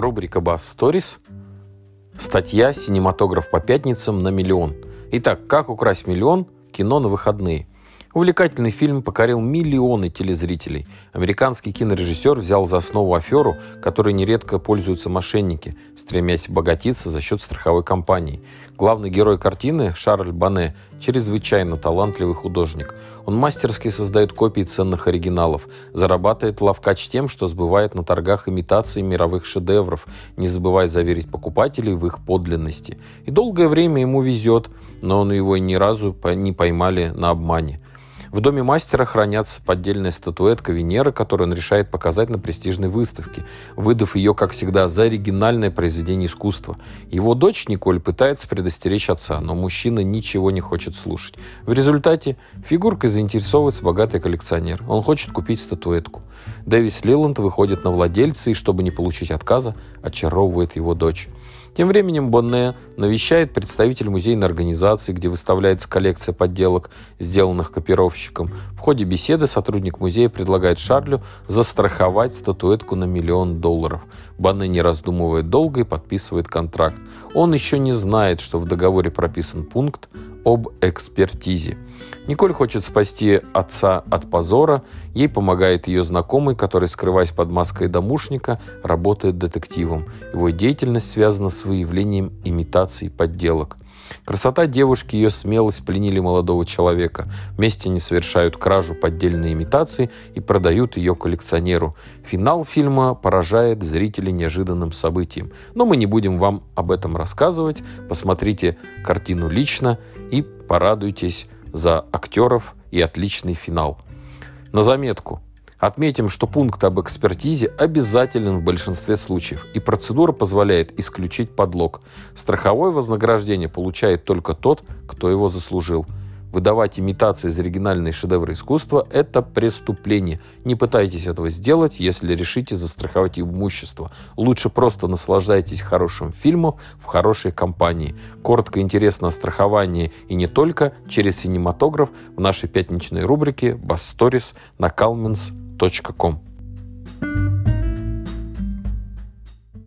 Рубрика «Бас Stories». Статья «Синематограф по пятницам на миллион». Итак, как украсть миллион? Кино на выходные. Увлекательный фильм покорил миллионы телезрителей. Американский кинорежиссер взял за основу аферу, которой нередко пользуются мошенники, стремясь обогатиться за счет страховой компании. Главный герой картины, Шарль Бане, чрезвычайно талантливый художник. Он мастерски создает копии ценных оригиналов, зарабатывает ловкач тем, что сбывает на торгах имитации мировых шедевров, не забывая заверить покупателей в их подлинности. И долгое время ему везет, но он его ни разу не поймали на обмане. В доме мастера хранятся поддельная статуэтка Венеры, которую он решает показать на престижной выставке, выдав ее, как всегда, за оригинальное произведение искусства. Его дочь Николь пытается предостеречь отца, но мужчина ничего не хочет слушать. В результате фигуркой заинтересовывается богатый коллекционер. Он хочет купить статуэтку. Дэвис Лиланд выходит на владельца и, чтобы не получить отказа, очаровывает его дочь. Тем временем Бонне навещает представитель музейной организации, где выставляется коллекция подделок, сделанных копировщиком. В ходе беседы сотрудник музея предлагает Шарлю застраховать статуэтку на $1 миллион. Бонне, не раздумывая долго, и подписывает контракт. Он еще не знает, что в договоре прописан пункт об экспертизе. Николь хочет спасти отца от позора. Ей помогает ее знакомый, который, скрываясь под маской домушника, работает детективом. Его деятельность связана с выявлением имитаций подделок. Красота девушки и ее смелость пленили молодого человека. Вместе они совершают кражу поддельной имитации и продают ее коллекционеру. Финал фильма поражает зрителей неожиданным событием. Но мы не будем вам об этом рассказывать. Посмотрите картину лично и порадуйтесь за актеров и отличный финал. На заметку. Отметим, что пункт об экспертизе обязателен в большинстве случаев, и процедура позволяет исключить подлог. Страховое вознаграждение получает только тот, кто его заслужил. Выдавать имитации из оригинальной шедевры искусства – это преступление. Не пытайтесь этого сделать, если решите застраховать имущество. Лучше просто наслаждайтесь хорошим фильмом в хорошей компании. Коротко и интересно о страховании и не только через синематограф в нашей пятничной рубрике «Бас Stories» на calmins.com.